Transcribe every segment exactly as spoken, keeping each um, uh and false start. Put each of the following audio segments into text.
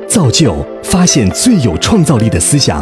造就发现最有创造力的思想。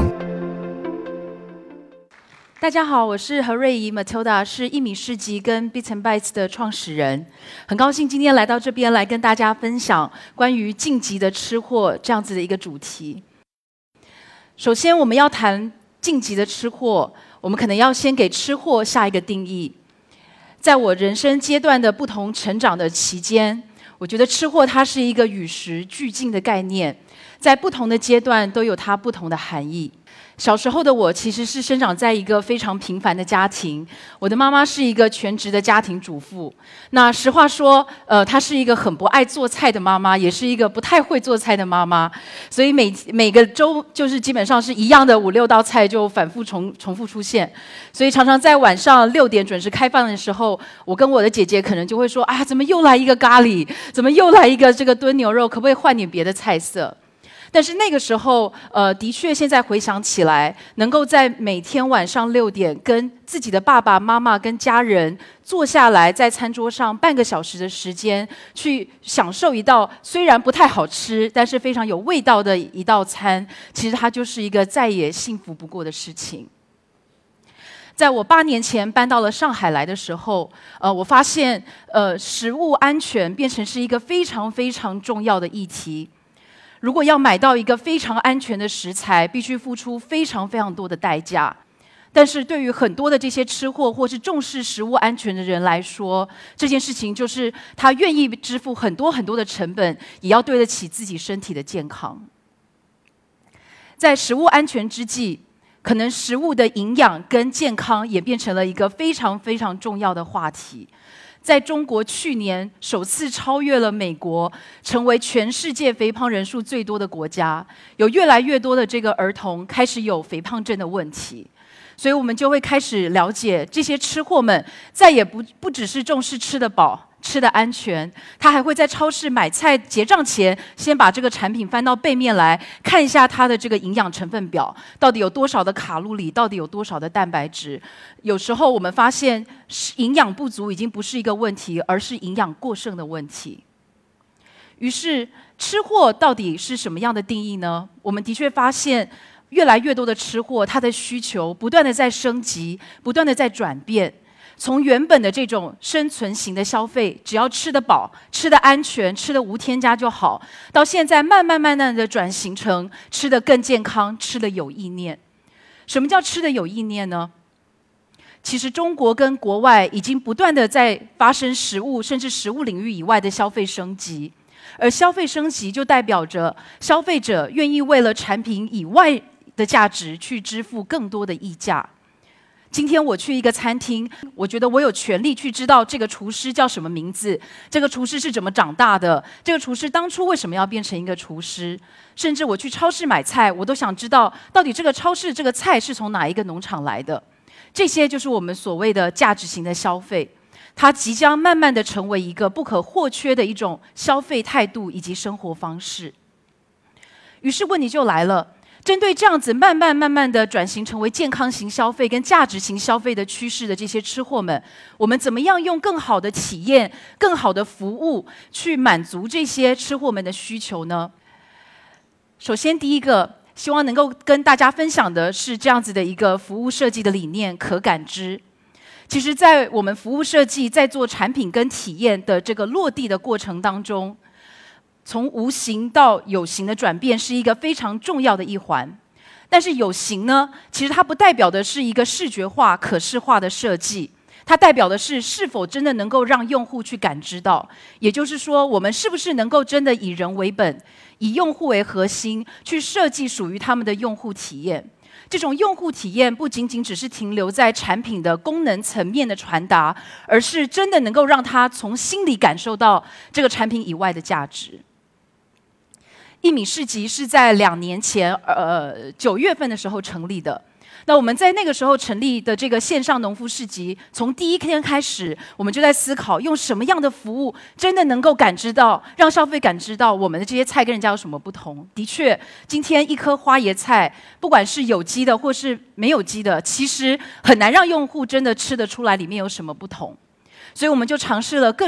大家好，我是何瑞怡 Matilda， 是一米市集跟 Bits and Bytes 的创始人。很高兴今天来到这边来跟大家分享关于晋级的吃货这样子的一个主题。首先我们要谈晋级的吃货，我们可能要先给吃货下一个定义。在我人生阶段的不同成长的期间，我觉得吃货它是一个与时俱进的概念，在不同的阶段都有它不同的含义。小时候的我其实是生长在一个非常平凡的家庭，我的妈妈是一个全职的家庭主妇。那实话说，呃，她是一个很不爱做菜的妈妈，也是一个不太会做菜的妈妈。所以每每个周就是基本上是一样的五六道菜就反复重重复出现。所以常常在晚上六点准时开饭的时候，我跟我的姐姐可能就会说：“啊，怎么又来一个咖喱？怎么又来一个这个炖牛肉？可不可以换点别的菜色？”但是那个时候，呃，的确，现在回想起来，能够在每天晚上六点跟自己的爸爸妈妈跟家人坐下来，在餐桌上半个小时的时间，去享受一道虽然不太好吃，但是非常有味道的一道餐，其实它就是一个再也幸福不过的事情。在我八年前搬到了上海来的时候，呃，我发现，呃，食物安全变成是一个非常非常重要的议题。如果要买到一个非常安全的食材，必须付出非常非常多的代价。但是对于很多的这些吃货或是重视食物安全的人来说，这件事情就是他愿意支付很多很多的成本，也要对得起自己身体的健康。在食物安全之际，可能食物的营养跟健康也变成了一个非常非常重要的话题。在中国去年首次超越了美国，成为全世界肥胖人数最多的国家，有越来越多的这个儿童开始有肥胖症的问题，所以我们就会开始了解这些吃货们再也不不只是重视吃得饱、吃得安全，他还会在超市买菜结账前，先把这个产品翻到背面来看一下它的这个营养成分表，到底有多少的卡路里，到底有多少的蛋白质。有时候我们发现营养不足已经不是一个问题，而是营养过剩的问题。于是吃货到底是什么样的定义呢？我们的确发现越来越多的吃货，他的需求不断的在升级，不断的在转变。从原本的这种生存型的消费，只要吃得饱、吃得安全、吃得无添加就好，到现在慢慢慢慢的转型成吃得更健康、吃得有意念。什么叫吃得有意念呢？其实中国跟国外已经不断的在发生食物甚至食物领域以外的消费升级，而消费升级就代表着消费者愿意为了产品以外的价值去支付更多的溢价。今天我去一个餐厅，我觉得我有权利去知道这个厨师叫什么名字，这个厨师是怎么长大的，这个厨师当初为什么要变成一个厨师。甚至我去超市买菜，我都想知道到底这个超市这个菜是从哪一个农场来的。这些就是我们所谓的价值型的消费，它即将慢慢的成为一个不可或缺的一种消费态度以及生活方式。于是问题就来了，针对这样子慢慢慢慢的转型成为健康型消费跟价值型消费的趋势的这些吃货们，我们怎么样用更好的体验、更好的服务去满足这些吃货们的需求呢？首先第一个，希望能够跟大家分享的是这样子的一个服务设计的理念——可感知。其实在我们服务设计在做产品跟体验的这个落地的过程当中，从无形到有形的转变是一个非常重要的一环。但是有形呢，其实它不代表的是一个视觉化、可视化的设计，它代表的是是否真的能够让用户去感知到。也就是说，我们是不是能够真的以人为本，以用户为核心，去设计属于他们的用户体验。这种用户体验不仅仅只是停留在产品的功能层面的传达，而是真的能够让他从心里感受到这个产品以外的价值。一米市集是在两年前，呃，九月份的时候成立的。那我们在那个时候成立的这个线上农夫市集，从第一天开始，我们就在思考用什么样的服务真的能够感知到，让消费感知到我们的这些菜跟人家有什么不同。的确，今天一颗花椰菜，不管是有机的或是没有机的，其实很难让用户真的吃得出来里面有什么不同。所以我们就尝试了各种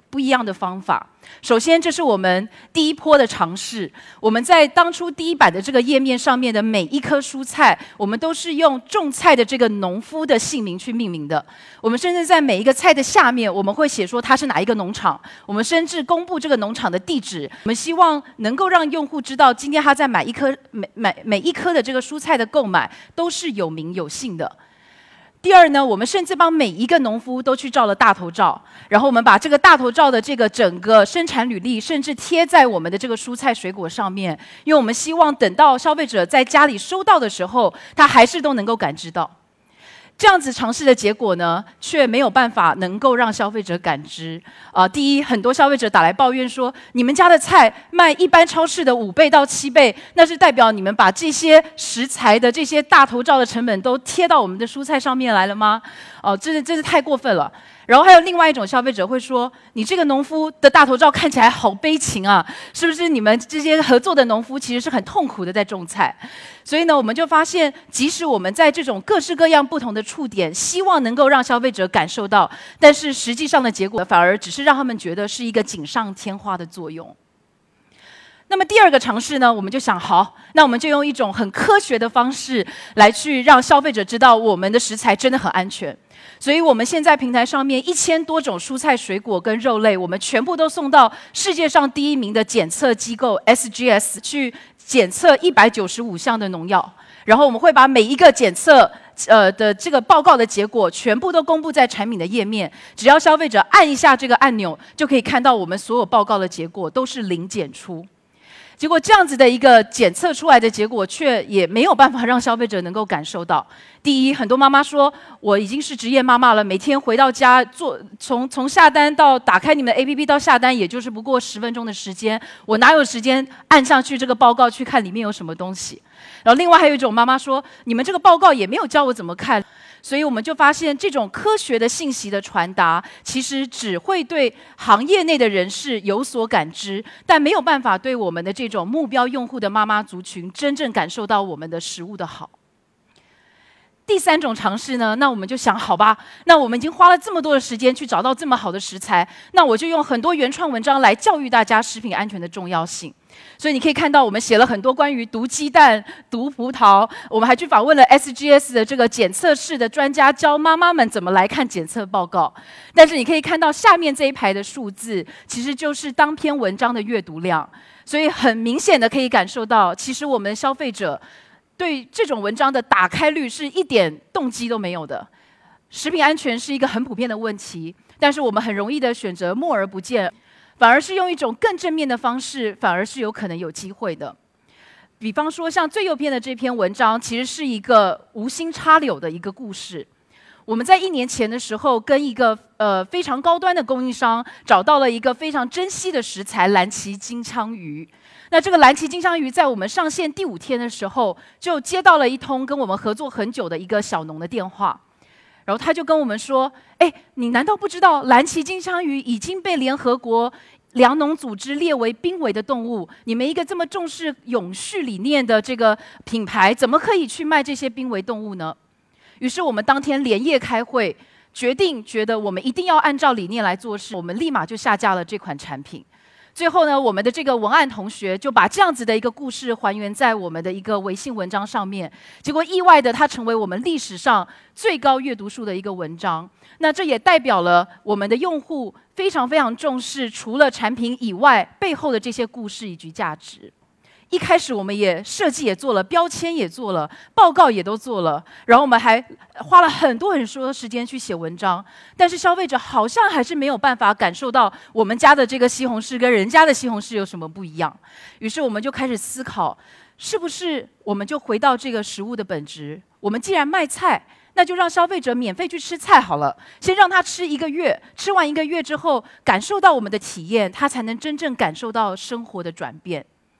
不一样的方法。首先，这是我们第一波的尝试。我们在当初第一版的这个页面上面的每一颗蔬菜，我们都是用种菜的这个农夫的姓名去命名的。我们甚至在每一个菜的下面，我们会写说它是哪一个农场。我们甚至公布这个农场的地址。我们希望能够让用户知道，今天他在买一颗每每每一颗的这个蔬菜的购买都是有名有姓的。第二呢，我们甚至帮每一个农夫都去照了大头照，然后我们把这个大头照的这个整个生产履历，甚至贴在我们的这个蔬菜水果上面，因为我们希望等到消费者在家里收到的时候，他还是都能够感知到。这样子尝试的结果呢，却没有办法能够让消费者感知。啊、呃，第一，很多消费者打来抱怨说，你们家的菜卖一般超市的五倍到七倍，那是代表你们把这些食材的这些大头照的成本都贴到我们的蔬菜上面来了吗？哦、呃，这是真是太过分了。然后还有另外一种消费者会说，你这个农夫的大头照看起来好悲情啊，是不是你们这些合作的农夫其实是很痛苦的在种菜？所以呢，我们就发现，即使我们在这种各式各样不同的触点，希望能够让消费者感受到，但是实际上的结果反而只是让他们觉得是一个锦上添花的作用。那么第二个尝试呢，我们就想，好，那我们就用一种很科学的方式来去让消费者知道我们的食材真的很安全。所以我们现在平台上面一千多种蔬菜水果跟肉类，我们全部都送到世界上第一名的检测机构 S G S 去检测一百九十五项的农药，然后我们会把每一个检测呃的这个报告的结果全部都公布在产品的页面，只要消费者按一下这个按钮，就可以看到我们所有报告的结果都是零检出。结果这样子的一个检测出来的结果，却也没有办法让消费者能够感受到。第一，很多妈妈说，我已经是职业妈妈了，每天回到家做从从下单到打开你们的 A P P 到下单，也就是不过十分钟的时间，我哪有时间按上去这个报告去看里面有什么东西？然后另外还有一种妈妈说，你们这个报告也没有教我怎么看。所以我们就发现，这种科学的信息的传达，其实只会对行业内的人士有所感知，但没有办法对我们的这种目标用户的妈妈族群真正感受到我们的食物的好。第三种尝试呢，那我们就想，好吧，那我们已经花了这么多的时间去找到这么好的食材，那我就用很多原创文章来教育大家食品安全的重要性。所以你可以看到，我们写了很多关于毒鸡蛋、毒葡萄，我们还去访问了 S G S 的这个检测室的专家，教妈妈们怎么来看检测报告。但是你可以看到下面这一排的数字，其实就是当篇文章的阅读量。所以很明显的可以感受到，其实我们消费者对这种文章的打开率是一点动机都没有的。食品安全是一个很普遍的问题，但是我们很容易的选择默而不见。反而是用一种更正面的方式，反而是有可能有机会的。比方说，像最右边的这篇文章，其实是一个无心插柳的一个故事。我们在一年前的时候，跟一个呃非常高端的供应商找到了一个非常珍稀的食材——蓝鳍金枪鱼。那这个蓝鳍金枪鱼在我们上线第五天的时候，就接到了一通跟我们合作很久的一个小农的电话。然后他就跟我们说，哎，你难道不知道蓝鳍金枪鱼已经被联合国粮农组织列为濒危的动物？你们一个这么重视永续理念的这个品牌，怎么可以去卖这些濒危动物呢？于是我们当天连夜开会，决定觉得我们一定要按照理念来做事，我们立马就下架了这款产品。最后呢，我们的这个文案同学就把这样子的一个故事还原在我们的一个微信文章上面，结果意外的它成为我们历史上最高阅读数的一个文章。那这也代表了我们的用户非常非常重视除了产品以外背后的这些故事以及价值。一开始我们也设计也做了，标签也做了，报告也都做了，然后我们还花了很多很多的时间去写文章，但是消费者好像还是没有办法感受到我们家的这个西红柿跟人家的西红柿有什么不一样。于是我们就开始思考，是不是我们就回到这个食物的本质，我们既然卖菜，那就让消费者免费去吃菜好了，先让他吃一个月，吃完一个月之后感受到我们的体验，他才能真正感受到生活的转变。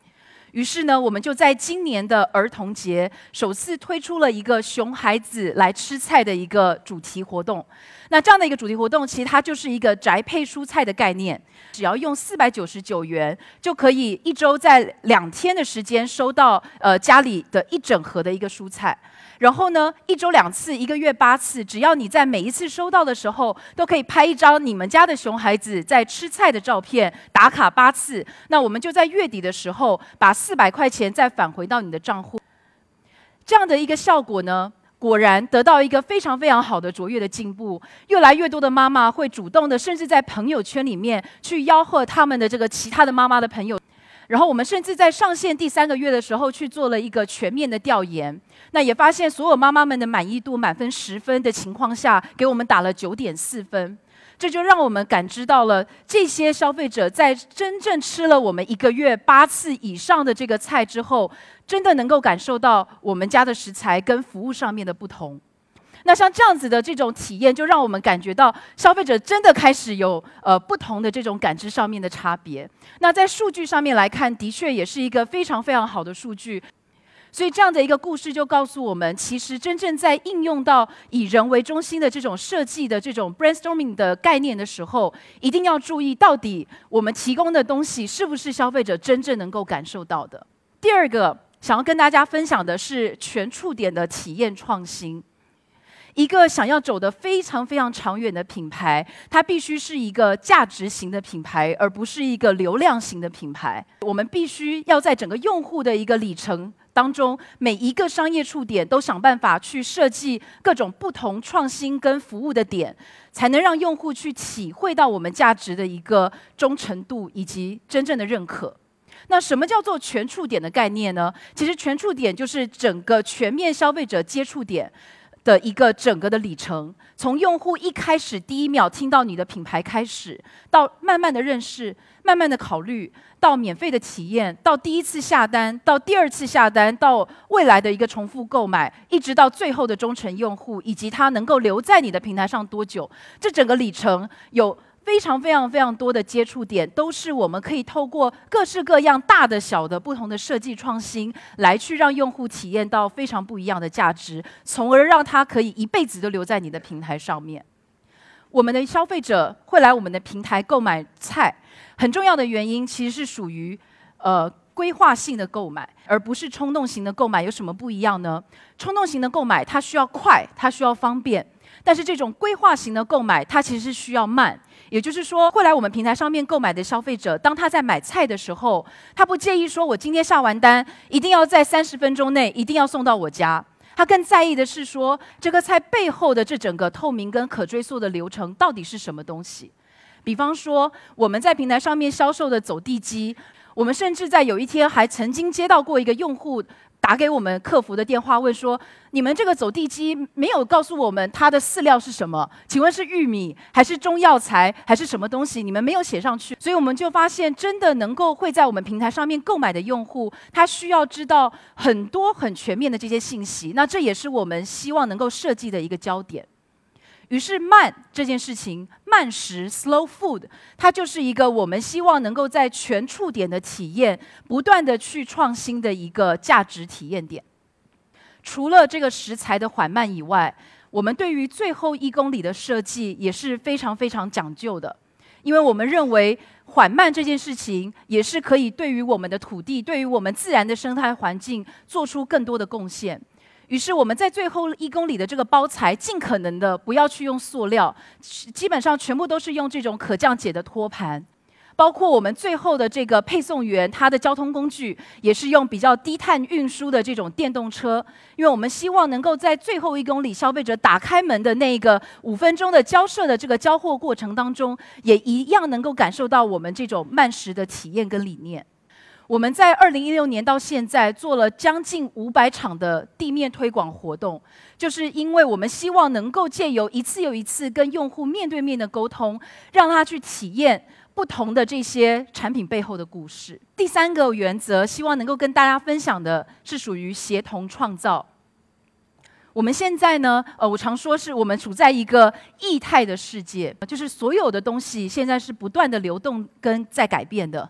于是呢，我们就在今年的儿童节首次推出了一个熊孩子来吃菜的一个主题活动。那这样的一个主题活动，其实它就是一个宅配蔬菜的概念，只要用四百九十九元，就可以一周在两天的时间收到呃家里的一整盒的一个蔬菜。然后呢，一周两次，一个月八次，只要你在每一次收到的时候，都可以拍一张你们家的熊孩子在吃菜的照片，打卡八次。那我们就在月底的时候，把四百块钱再返回到你的账户。这样的一个效果呢，果然得到一个非常非常好的卓越的进步，越来越多的妈妈会主动的，甚至在朋友圈里面去吆喝他们的这个其他的妈妈的朋友。然后我们甚至在上线第三个月的时候去做了一个全面的调研，那也发现所有妈妈们的满意度满分十分的情况下，给我们打了九点四分。这就让我们感知到了这些消费者在真正吃了我们一个月八次以上的这个菜之后，真的能够感受到我们家的食材跟服务上面的不同。那像这样子的这种体验，就让我们感觉到消费者真的开始有呃不同的这种感知上面的差别。那在数据上面来看，的确也是一个非常非常好的数据。所以这样的一个故事就告诉我们，其实真正在应用到以人为中心的这种设计的这种 brainstorming 的概念的时候，一定要注意到底我们提供的东西是不是消费者真正能够感受到的。第二个想要跟大家分享的是全触点的体验创新。一个想要走得非常非常长远的品牌，它必须是一个价值型的品牌，而不是一个流量型的品牌。我们必须要在整个用户的一个里程当中，每一个商业触点都想办法去设计各种不同创新跟服务的点，才能让用户去体会到我们价值的一个忠诚度以及真正的认可。那什么叫做全触点的概念呢？其实全触点就是整个全面消费者接触点的一个整个的里程，从用户一开始第一秒听到你的品牌开始，到慢慢的认识，慢慢的考虑，到免费的体验，到第一次下单，到第二次下单，到未来的一个重复购买，一直到最后的忠诚用户，以及他能够留在你的平台上多久，这整个里程有非常非常非常多的接触点，都是我们可以透过各式各样大的小的不同的设计创新，来去让用户体验到非常不一样的价值，从而让他可以一辈子都留在你的平台上面。我们的消费者会来我们的平台购买菜，很重要的原因其实是属于呃规划性的购买，而不是冲动型的购买。有什么不一样呢？冲动型的购买它需要快，它需要方便，但是这种规划型的购买它其实是需要慢。也就是说，会来我们平台上面购买的消费者，当他在买菜的时候，他不介意说我今天下完单一定要在三十分钟内一定要送到我家，他更在意的是说这个菜背后的这整个透明跟可追溯的流程到底是什么东西。比方说我们在平台上面销售的走地鸡，我们甚至在有一天还曾经接到过一个用户打给我们客服的电话，问说你们这个走地鸡没有告诉我们它的饲料是什么，请问是玉米还是中药材还是什么东西，你们没有写上去。所以我们就发现真的能够会在我们平台上面购买的用户，他需要知道很多很全面的这些信息，那这也是我们希望能够设计的一个焦点。于是慢这件事情，慢食 slow food， 它就是一个我们希望能够在全触点的体验不断的去创新的一个价值体验点。除了这个食材的缓慢以外，我们对于最后一公里的设计也是非常非常讲究的，因为我们认为缓慢这件事情也是可以对于我们的土地，对于我们自然的生态环境做出更多的贡献。于是我们在最后一公里的这个包材，尽可能的不要去用塑料，基本上全部都是用这种可降解的托盘。包括我们最后的这个配送员，他的交通工具也是用比较低碳运输的这种电动车，因为我们希望能够在最后一公里消费者打开门的那个五分钟的交涉的这个交货过程当中，也一样能够感受到我们这种慢食的体验跟理念。我们在二零一六年到现在做了将近五百场的地面推广活动，就是因为我们希望能够借由一次又一次跟用户面对面的沟通，让他去体验不同的这些产品背后的故事。第三个原则，希望能够跟大家分享的是属于协同创造。我们现在呢，呃，我常说是我们处在一个异态的世界，就是所有的东西现在是不断的流动跟在改变的。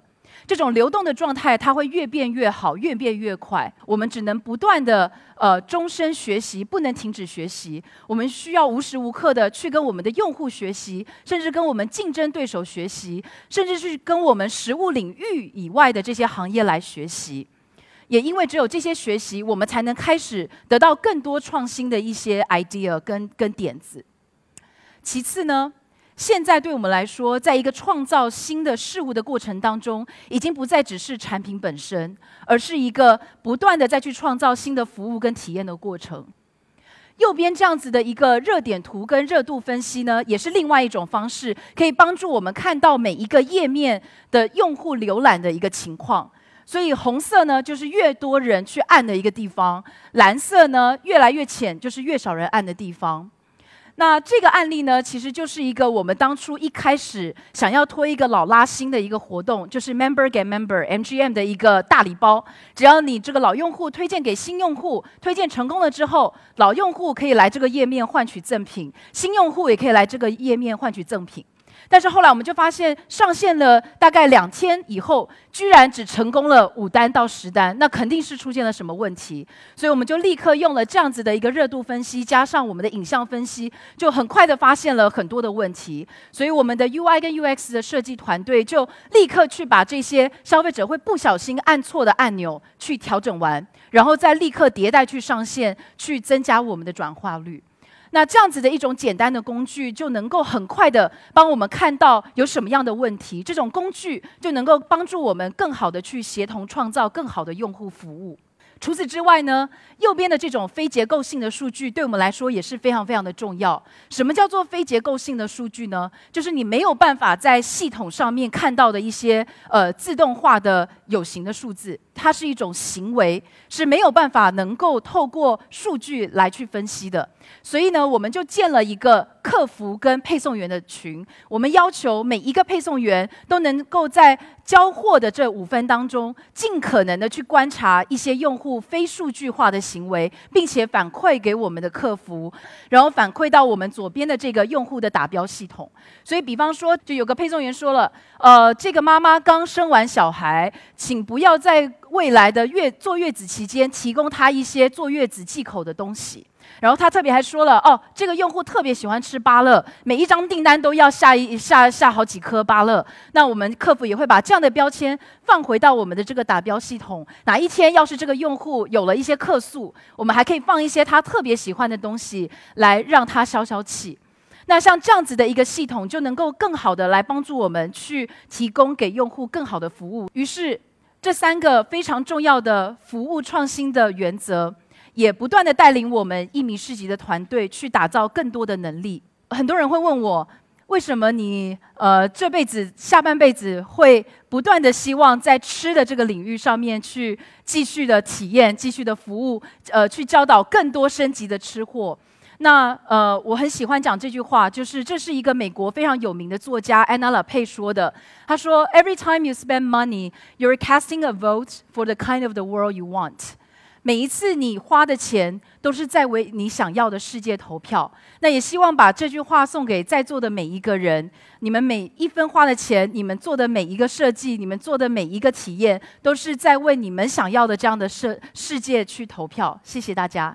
这种流动的状态，它会越变越好，越变越快。我们只能不断的呃终身学习，不能停止学习。我们需要无时无刻的去跟我们的用户学习，甚至跟我们竞争对手学习，甚至是跟我们实务领域以外的这些行业来学习。也因为只有这些学习，我们才能开始得到更多创新的一些 idea 跟跟点子。其次呢，现在对我们来说，在一个创造新的事物的过程当中，已经不再只是产品本身，而是一个不断的再去创造新的服务跟体验的过程。右边这样子的一个热点图跟热度分析呢，也是另外一种方式，可以帮助我们看到每一个页面的用户浏览的一个情况。所以红色呢，就是越多人去按的一个地方；蓝色呢，越来越浅，就是越少人按的地方。那这个案例呢，其实就是一个我们当初一开始想要推一个老拉新的一个活动，就是 Member Get Member M G M 的一个大礼包。只要你这个老用户推荐给新用户，推荐成功了之后，老用户可以来这个页面换取赠品，新用户也可以来这个页面换取赠品。但是后来我们就发现，上线了大概两天以后，居然只成功了五单到十单，那肯定是出现了什么问题。所以我们就立刻用了这样子的一个热度分析，加上我们的影像分析，就很快的发现了很多的问题。所以我们的 U I 跟 U X 的设计团队就立刻去把这些消费者会不小心按错的按钮去调整完，然后再立刻迭代去上线，去增加我们的转化率。那这样子的一种简单的工具，就能够很快的帮我们看到有什么样的问题，这种工具就能够帮助我们更好的去协同创造更好的用户服务。除此之外呢，右边的这种非结构性的数据对我们来说也是非常非常的重要。什么叫做非结构性的数据呢？就是你没有办法在系统上面看到的一些呃自动化的有形的数字，它是一种行为，是没有办法能够透过数据来去分析的。所以呢，我们就建了一个客服跟配送员的群，我们要求每一个配送员都能够在交货的这五分当中，尽可能的去观察一些用户非数据化的行为，并且反馈给我们的客服，然后反馈到我们左边的这个用户的打标系统。所以比方说，就有个配送员说了，呃，这个妈妈刚生完小孩，请不要在未来的月坐月子期间提供她一些坐月子忌口的东西。然后他特别还说了，哦，这个用户特别喜欢吃芭乐，每一张订单都要下一下下好几颗芭乐。那我们客服也会把这样的标签放回到我们的这个打标系统。哪一天要是这个用户有了一些客诉，我们还可以放一些他特别喜欢的东西来让他消消气。那像这样子的一个系统，就能够更好的来帮助我们去提供给用户更好的服务。于是，这三个非常重要的服务创新的原则，也不断的带领我们一米市集的团队去打造更多的能力。很多人会问我，为什么你呃这辈子下半辈子会不断的希望在吃的这个领域上面去继续的体验、继续的服务，呃，去教导更多升级的吃货？那呃，我很喜欢讲这句话，就是这是一个美国非常有名的作家安娜拉佩说的。他说 ：“Every time you spend money, you're casting a vote for the kind of the world you want。”每一次你花的钱，都是在为你想要的世界投票。那也希望把这句话送给在座的每一个人。你们每一分花的钱，你们做的每一个设计，你们做的每一个体验，都是在为你们想要的这样的世世界去投票。谢谢大家。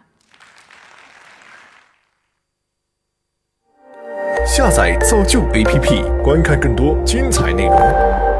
下载造就 A P P， 观看更多精彩内容。